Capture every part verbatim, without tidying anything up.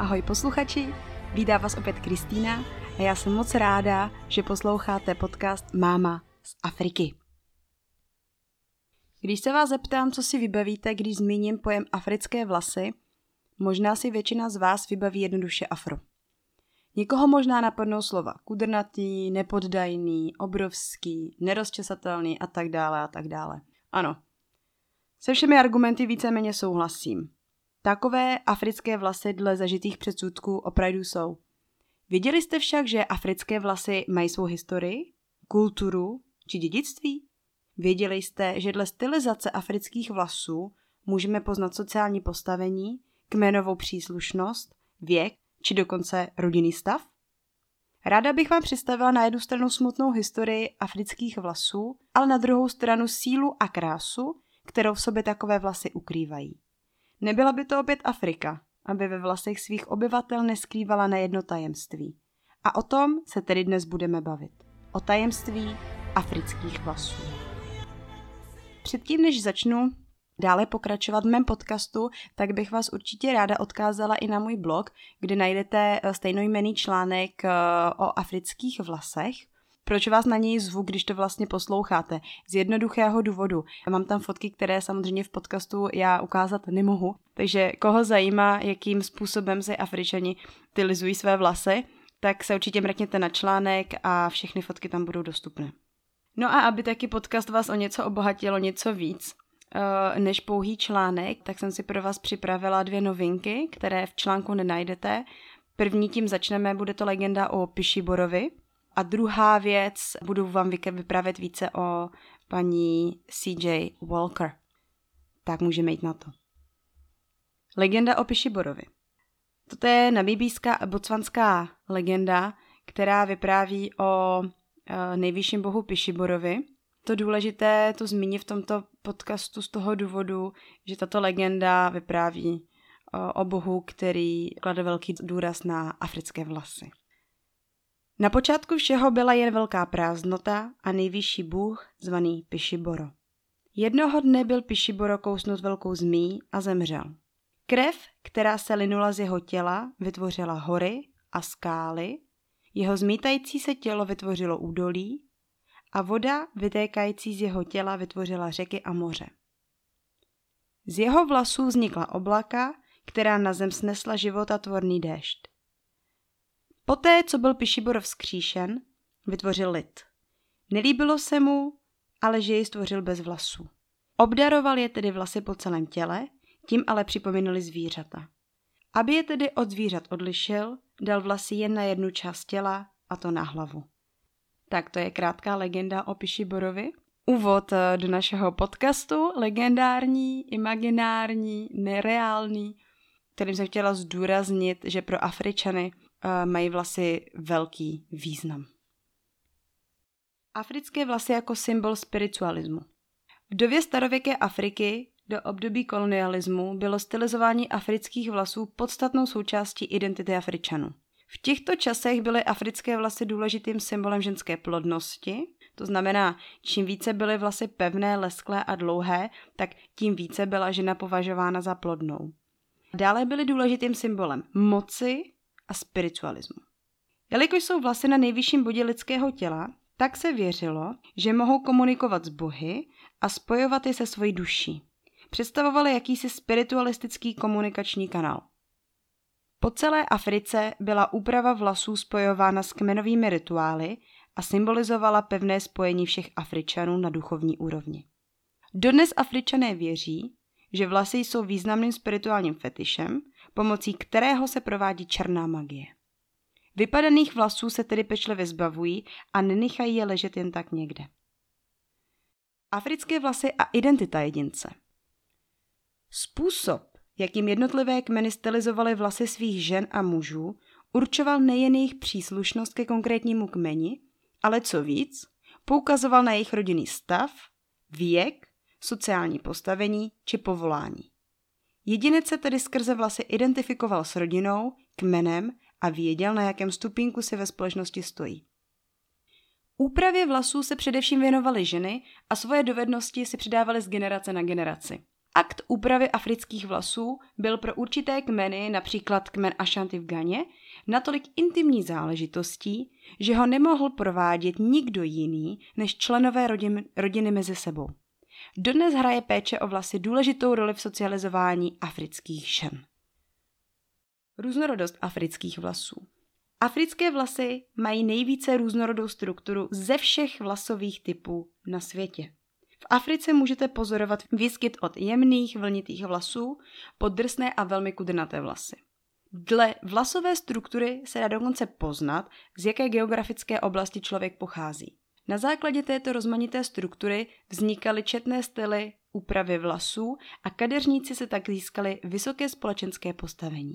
Ahoj posluchači, vítá vás opět Kristýna a já jsem moc ráda, že posloucháte podcast Máma z Afriky. Když se vás zeptám, co si vybavíte, když zmíním pojem africké vlasy, možná si většina z vás vybaví jednoduše afro. Někoho možná napadnou slova kudrnatý, nepoddajný, obrovský, nerozčesatelný a tak dále a tak dále. Ano, se všemi argumenty víceméně souhlasím. Takové africké vlasy dle zažitých předsudků opravdu jsou. Věděli jste však, že africké vlasy mají svou historii, kulturu či dědictví? Věděli jste, že dle stylizace afrických vlasů můžeme poznat sociální postavení, kmenovou příslušnost, věk či dokonce rodinný stav? Ráda bych vám představila na jednu stranu smutnou historii afrických vlasů, ale na druhou stranu sílu a krásu, kterou v sobě takové vlasy ukrývají. Nebyla by to opět Afrika, aby ve vlasech svých obyvatel neskrývala na jedno tajemství. A o tom se tedy dnes budeme bavit. O tajemství afrických vlasů. Předtím, než začnu dále pokračovat v mém podcastu, tak bych vás určitě ráda odkázala i na můj blog, kde najdete stejnojmenný článek o afrických vlasech. Proč vás na něj zvu, když to vlastně posloucháte? Z jednoduchého důvodu. Mám tam fotky, které samozřejmě v podcastu já ukázat nemohu, takže koho zajímá, jakým způsobem se Afričani stylizují své vlasy, tak se určitě mrkněte na článek a všechny fotky tam budou dostupné. No a aby taky podcast vás o něco obohatilo, něco víc než pouhý článek, tak jsem si pro vás připravila dvě novinky, které v článku nenajdete. První tím začneme, bude to legenda o Pishiborovi. A druhá věc, budu vám vyprávět více o paní C J Walker. Tak můžeme jít na to. Legenda o Pishiborovi. Toto je namibijská a botswanská legenda, která vypráví o e, nejvyšším bohu Pishiborovi. To důležité to zmínit v tomto podcastu z toho důvodu, že tato legenda vypráví o, o bohu, který klade velký důraz na africké vlasy. Na počátku všeho byla jen velká prázdnota a nejvyšší bůh zvaný Pishiboro. Jednoho dne byl Pishiboro kousnut velkou zmí a zemřel. Krev, která se linula z jeho těla, vytvořila hory a skály, jeho zmítající se tělo vytvořilo údolí a voda, vytékající z jeho těla, vytvořila řeky a moře. Z jeho vlasů vznikla oblaka, která na zem snesla životatvorný déšť. Poté, co byl Pishiboro vzkříšen, vytvořil lid. Nelíbilo se mu, ale že jej stvořil bez vlasů. Obdaroval je tedy vlasy po celém těle, tím ale připomínali zvířata. Aby je tedy od zvířat odlišil, dal vlasy jen na jednu část těla, a to na hlavu. Tak to je krátká legenda o Pishiborovi. Úvod do našeho podcastu, legendární, imaginární, nereálný, kterým jsem chtěla zdůraznit, že pro Afričany mají vlasy velký význam. Africké vlasy jako symbol spiritualismu. V době starověké Afriky do období kolonialismu bylo stylizování afrických vlasů podstatnou součástí identity Afričanů. V těchto časech byly africké vlasy důležitým symbolem ženské plodnosti, to znamená, čím více byly vlasy pevné, lesklé a dlouhé, tak tím více byla žena považována za plodnou. Dále byly důležitým symbolem moci a spiritualismu. Jelikož jsou vlasy na nejvyšším bodě lidského těla, tak se věřilo, že mohou komunikovat s bohy a spojovat je se svojí duší. Představovaly jakýsi spiritualistický komunikační kanál. Po celé Africe byla úprava vlasů spojována s kmenovými rituály a symbolizovala pevné spojení všech Afričanů na duchovní úrovni. Dodnes Afričané věří, že vlasy jsou významným spirituálním fetišem, pomocí kterého se provádí černá magie. Vypadaných vlasů se tedy pečlivě zbavují a nenechají je ležet jen tak někde. Africké vlasy a identita jedince. Způsob, jakým jednotlivé kmeny stylizovaly vlasy svých žen a mužů, určoval nejen jejich příslušnost ke konkrétnímu kmeni, ale co víc, poukazoval na jejich rodinný stav, věk, sociální postavení či povolání. Jedinec se tedy skrze vlasy identifikoval s rodinou, kmenem a věděl, na jakém stupínku si ve společnosti stojí. Úpravě vlasů se především věnovaly ženy a svoje dovednosti si předávaly z generace na generaci. Akt úpravy afrických vlasů byl pro určité kmeny, například kmen Ashanti v Ghaně, natolik intimní záležitostí, že ho nemohl provádět nikdo jiný než členové rodin, rodiny mezi sebou. Dodnes hraje péče o vlasy důležitou roli v socializování afrických žen. Různorodost afrických vlasů. Africké vlasy mají nejvíce různorodou strukturu ze všech vlasových typů na světě. V Africe můžete pozorovat výskyt od jemných vlnitých vlasů po drsné a velmi kudrnaté vlasy. Dle vlasové struktury se dá dokonce poznat, z jaké geografické oblasti člověk pochází. Na základě této rozmanité struktury vznikaly četné styly úpravy vlasů a kadeřníci se tak získali vysoké společenské postavení.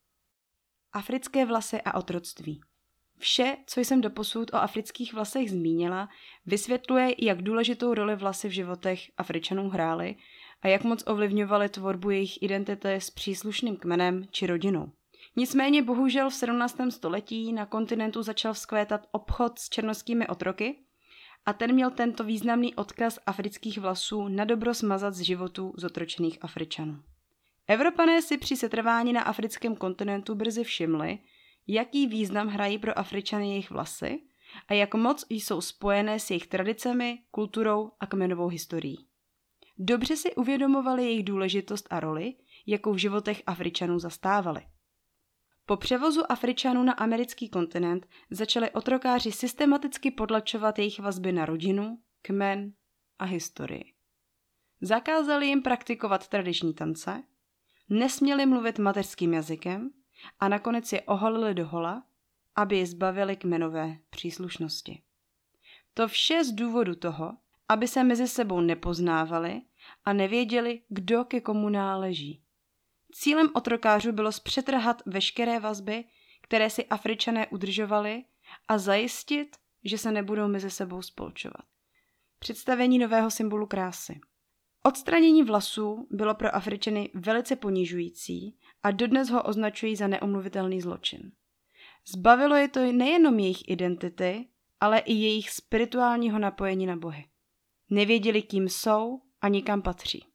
Africké vlasy a otroctví. Vše, co jsem doposud o afrických vlasech zmínila, vysvětluje, jak důležitou roli vlasy v životech Afričanů hrály a jak moc ovlivňovaly tvorbu jejich identity s příslušným kmenem či rodinou. Nicméně bohužel v sedmnáctém století na kontinentu začal vzkvétat obchod s černošskými otroky a ten měl tento významný odkaz afrických vlasů nadobro smazat z životů zotročených Afričanů. Evropané si při setrvání na africkém kontinentu brzy všimli, jaký význam hrají pro Afričany jejich vlasy a jak moc jsou spojené s jejich tradicemi, kulturou a kmenovou historií. Dobře si uvědomovali jejich důležitost a roli, jakou v životech Afričanů zastávali. Po převozu Afričanů na americký kontinent začali otrokáři systematicky potlačovat jejich vazby na rodinu, kmen a historii. Zakázali jim praktikovat tradiční tance, nesměli mluvit mateřským jazykem a nakonec je oholili dohola, aby je zbavili kmenové příslušnosti. To vše z důvodu toho, aby se mezi sebou nepoznávali a nevěděli, kdo ke komu náleží. Cílem otrokářů bylo zpřetrhat veškeré vazby, které si Afričané udržovali, a zajistit, že se nebudou mezi sebou spolčovat. Představení nového symbolu krásy. Odstranění vlasů bylo pro Afričany velice ponižující a dodnes ho označují za neomluvitelný zločin. Zbavilo je to nejenom jejich identity, ale i jejich spirituálního napojení na bohy. Nevěděli, kým jsou a nikam patří.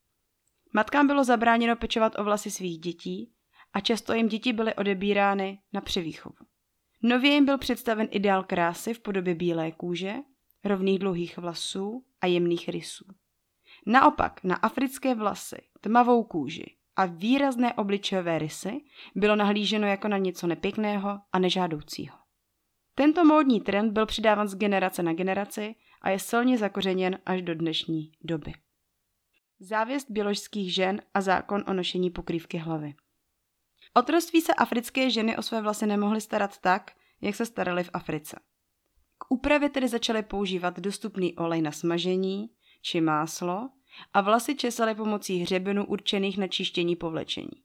Matkám bylo zabráněno pečovat o vlasy svých dětí a často jim děti byly odebírány na převýchovu. Nově jim byl představen ideál krásy v podobě bílé kůže, rovných dlouhých vlasů a jemných rysů. Naopak na africké vlasy, tmavou kůži a výrazné obličejové rysy bylo nahlíženo jako na něco nepěkného a nežádoucího. Tento módní trend byl předáván z generace na generaci a je silně zakořeněn až do dnešní doby. Závěst běložských žen a zákon o nošení pokrývky hlavy. Otroctví se africké ženy o své vlasy nemohly starat tak, jak se staraly v Africe. K úpravě tedy začaly používat dostupný olej na smažení či máslo a vlasy česaly pomocí hřebenů určených na čištění po vlečení.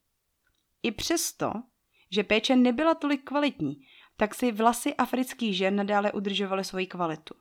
I přesto, že péče nebyla tolik kvalitní, tak si vlasy afrických žen nadále udržovaly svoji kvalitu.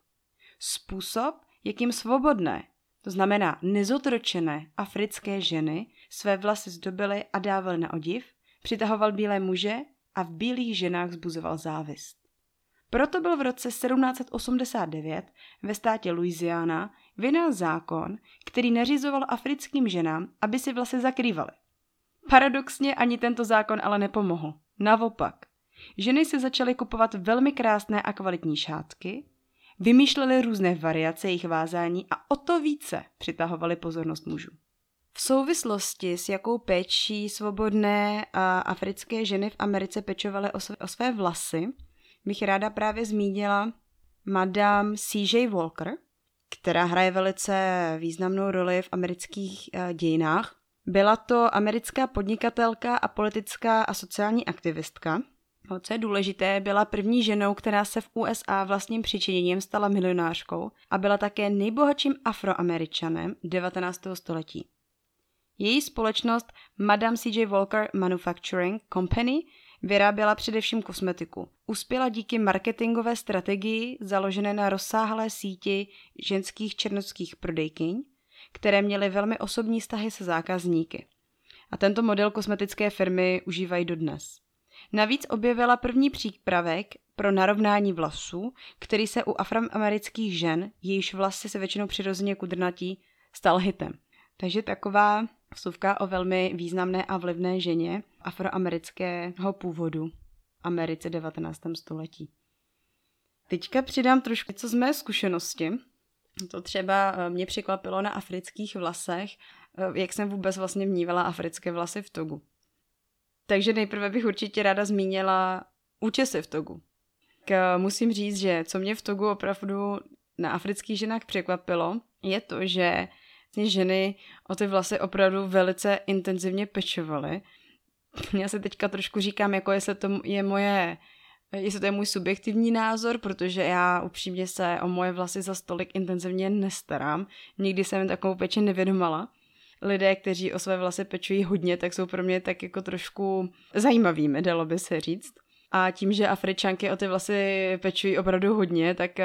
Způsob, jakým svobodné, to znamená nezotročené africké ženy své vlasy zdobily a dávaly na odiv, přitahoval bílé muže a v bílých ženách vzbuzoval závist. Proto byl v roce sedmnáct set osmdesát devět ve státě Louisiana vydán zákon, který nařizoval africkým ženám, aby si vlasy zakrývaly. Paradoxně ani tento zákon ale nepomohl. Naopak, ženy si začaly kupovat velmi krásné a kvalitní šátky, vymýšlely různé variace jejich vázání a o to více přitahovaly pozornost mužů. V souvislosti s jakou péčí svobodné a africké ženy v Americe pečovaly o své, o své vlasy, bych ráda právě zmínila Madame C J Walker, která hraje velice významnou roli v amerických dějinách. Byla to americká podnikatelka a politická a sociální aktivistka. Co je důležité, byla první ženou, která se v U S A vlastním přičiněním stala milionářkou a byla také nejbohatším Afroameričanem devatenáctého století. Její společnost Madame C J Walker Manufacturing Company vyráběla především kosmetiku. Uspěla díky marketingové strategii založené na rozsáhlé síti ženských černošských prodejkyň, které měly velmi osobní vztahy se zákazníky. A tento model kosmetické firmy užívají dodnes. Navíc objevila první přípravek pro narovnání vlasů, který se u afroamerických žen, jejichž vlasy se většinou přirozeně kudrnatí, stal hitem. Takže taková vsuvka o velmi významné a vlivné ženě afroamerického původu v Americe devatenáctém století. Teďka přidám trošku něco z mé zkušenosti. To třeba mě překvapilo na afrických vlasech, jak jsem vůbec vlastně vnívala africké vlasy v Togu. Takže nejprve bych určitě ráda zmínila účesy v Togu. Tak musím říct, že co mě v Togu opravdu na afrických ženách překvapilo, je to, že ženy o ty vlasy opravdu velice intenzivně pečovaly. Já se teďka trošku říkám, jako jestli to je moje, jestli to je můj subjektivní názor, protože já upřímně se o moje vlasy za stolik intenzivně nestarám. Nikdy jsem takovou péči nevědomala. Lidé, kteří o své vlasy pečují hodně, tak jsou pro mě tak jako trošku zajímavými, dalo by se říct. A tím, že Afričanky o ty vlasy pečují opravdu hodně, tak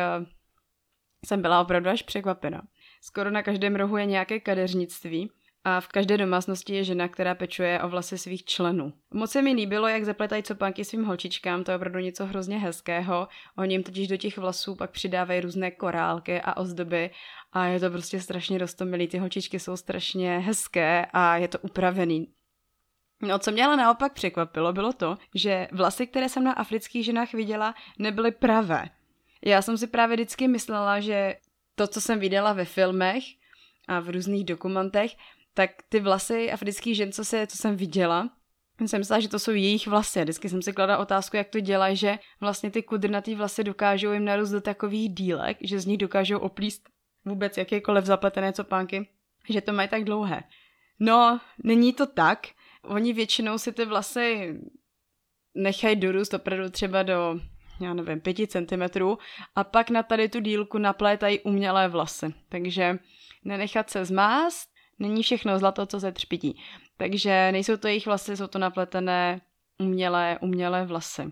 jsem byla opravdu až překvapena. Skoro na každém rohu je nějaké kadeřnictví a v každé domácnosti je žena, která pečuje o vlasy svých členů. Moc se mi líbilo, jak zapletají copánky svým holčičkám, to je opravdu něco hrozně hezkého. Oni jim totiž do těch vlasů pak přidávají různé korálky a ozdoby a je to prostě strašně roztomilý. Ty holčičky jsou strašně hezké a je to upravený. No, co mě ale naopak překvapilo, bylo to, že vlasy, které jsem na afrických ženách viděla, nebyly pravé. Já jsem si právě vždycky myslela, že to, co jsem viděla ve filmech a v různých dokumentech, tak ty vlasy afrických žen, co, se, co jsem viděla, jsem myslela, že to jsou jejich vlasy. Vždycky jsem si kladla otázku, jak to dělají, že vlastně ty kudrnatý vlasy dokážou jim narůst do takových dílek, že z nich dokážou oplíst vůbec jakékoliv zapletené copánky, že to mají tak dlouhé. No, není to tak. Oni většinou si ty vlasy nechají dorůst opravdu třeba do, já nevím, pěti centimetrů a pak na tady tu dílku naplétají umělé vlasy. Takže nenechat se zmást, není všechno zlato, co se třpytí. Takže nejsou to jejich vlasy, jsou to napletené umělé, umělé vlasy.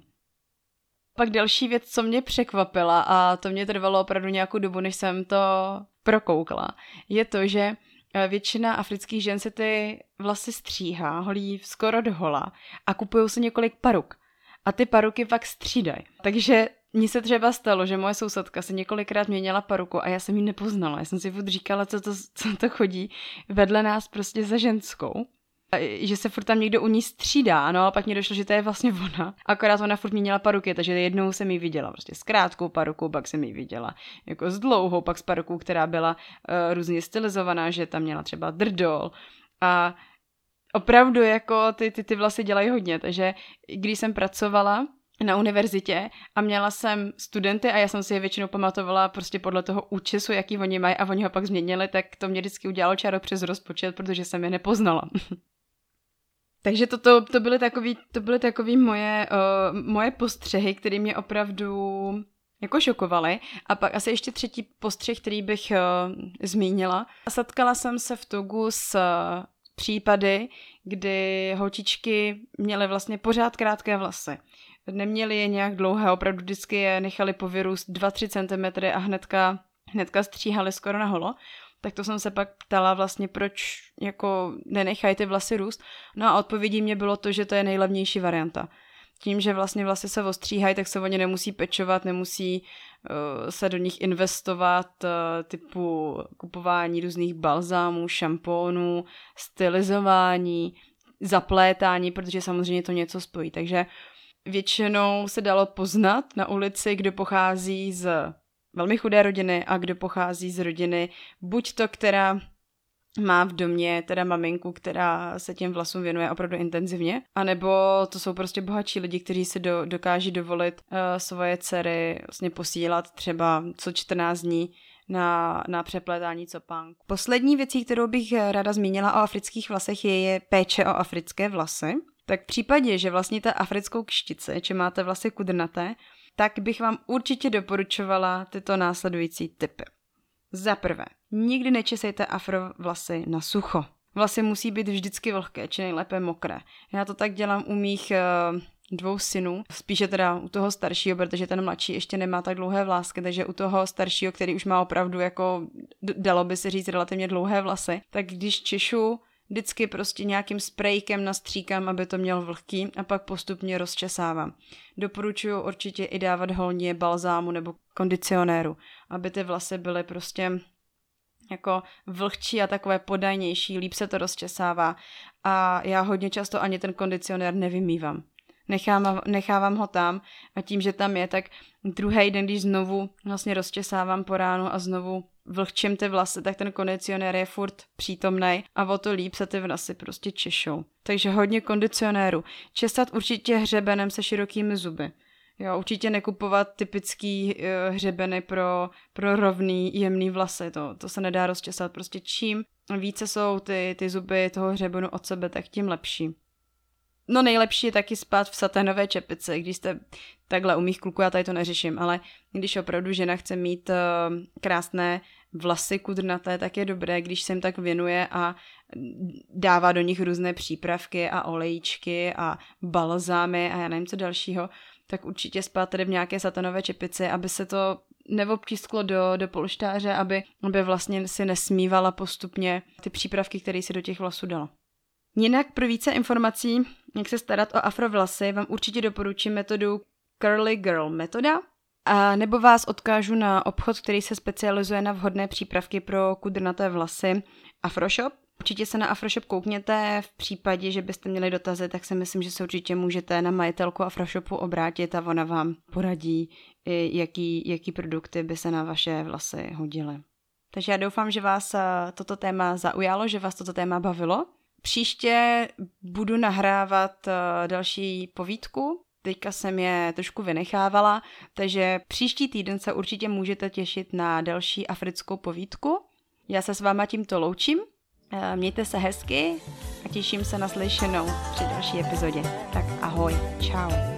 Pak další věc, co mě překvapila, a to mě trvalo opravdu nějakou dobu, než jsem to prokoukla, je to, že většina afrických žen si ty vlasy stříhá, holí skoro dohola a kupují si několik paruk. A ty paruky pak střídají. Takže mně se třeba stalo, že moje sousedka si několikrát měnila paruku a já jsem ji nepoznala. Já jsem si furt říkala, co to, co to chodí vedle nás prostě za ženskou. A že se furt tam někdo u ní střídá, no a pak mi došlo, že to je vlastně ona. Akorát ona furt měnila paruky, takže jednou jsem ji viděla prostě s krátkou parukou, pak jsem ji viděla jako s dlouhou, pak s parukou, která byla uh, různě stylizovaná, že tam měla třeba drdol a opravdu jako ty, ty, ty vlasy dělají hodně, takže když jsem pracovala na univerzitě a měla jsem studenty a já jsem si je většinou pamatovala prostě podle toho účesu, jaký oni mají a oni ho pak změnili, tak to mě vždycky udělalo čaro přes rozpočet, protože jsem je nepoznala. Takže to, to, to byly takový, to byly takový moje, uh, moje postřehy, které mě opravdu jako šokovaly. A pak asi ještě třetí postřeh, který bych uh, zmínila. Setkala jsem se v Togu s uh, případy, kdy holčičky měly vlastně pořád krátké vlasy. Neměly je nějak dlouhé, opravdu vždycky je nechali povyrůst dva tři centimetry a hnedka, hnedka stříhali skoro na holo. Tak to jsem se pak ptala vlastně, proč jako nenechají ty vlasy růst. No a odpovědí mě bylo to, že to je nejlevnější varianta. Tím, že vlastně vlasy se ostříhají, tak se oni nemusí pečovat, nemusí uh, se do nich investovat, uh, typu kupování různých balzámů, šampónů, stylizování, zaplétání, protože samozřejmě to něco spojí. Takže většinou se dalo poznat na ulici, kdo pochází z velmi chudé rodiny a kdo pochází z rodiny, buď to, která má v domě teda maminku, která se těm vlasům věnuje opravdu intenzivně, anebo to jsou prostě bohatší lidi, kteří si do, dokáží dovolit uh, svoje dcery vlastně posílat třeba co čtrnáct dní na, na přeplétání copánku. Poslední věcí, kterou bych ráda zmínila o afrických vlasech, je, je péče o africké vlasy. Tak v případě, že vlastníte africkou kštici, či máte vlasy kudrnaté, tak bych vám určitě doporučovala tyto následující tipy. Za prvé, nikdy nečesejte afrovlasy na sucho. Vlasy musí být vždycky vlhké, či nejlépe mokré. Já to tak dělám u mých uh, dvou synů, spíše teda u toho staršího, protože ten mladší ještě nemá tak dlouhé vlásky, takže u toho staršího, který už má opravdu jako, dalo by se říct, relativně dlouhé vlasy, tak když češu, vždycky prostě nějakým sprejkem nastříkám, aby to měl vlhký a pak postupně rozčesávám. Doporučuji určitě i dávat holně balzámu nebo kondicionéru, aby ty vlasy byly prostě jako vlhčí a takové podajnější, líp se to rozčesává a já hodně často ani ten kondicionér nevymývám. Nechávám, nechávám ho tam a tím, že tam je, tak druhý den, když znovu vlastně rozčesávám po ránu a znovu vlhčím ty vlasy, tak ten kondicionér je furt přítomnej a o to líp se ty vlasy prostě češou. Takže hodně kondicionéru. Česat určitě hřebenem se širokými zuby. Jo, určitě nekupovat typický uh, hřebeny pro, pro rovný, jemný vlasy. To, to se nedá rozčesat. Prostě čím více jsou ty, ty zuby toho hřebenu od sebe, tak tím lepší. No nejlepší je taky spát v saténové čepici, když jste takhle u mých kluků, já tady to neřeším, ale když opravdu žena chce mít uh, krásné vlasy kudrnaté, tak je dobré, když se jim tak věnuje a dává do nich různé přípravky a olejíčky a balzámy a já nevím co dalšího, tak určitě spát tady v nějaké saténové čepici, aby se to neobtisklo do, do polštáře, aby, aby vlastně si nesmívala postupně ty přípravky, které si do těch vlasů dala. Jinak pro více informací, jak se starat o afrovlasy, vám určitě doporučím metodu Curly Girl metoda, a nebo vás odkážu na obchod, který se specializuje na vhodné přípravky pro kudrnaté vlasy Afroshop. Určitě se na Afroshop koukněte, v případě, že byste měli dotazy, tak si myslím, že se určitě můžete na majitelku Afroshopu obrátit a ona vám poradí, jaký, jaký produkty by se na vaše vlasy hodily. Takže já doufám, že vás toto téma zaujalo, že vás toto téma bavilo. Příště budu nahrávat další povídku, teďka jsem je trošku vynechávala, takže příští týden se určitě můžete těšit na další africkou povídku. Já se s váma tímto loučím, mějte se hezky a těším se na slyšenou při další epizodě. Tak ahoj, čau.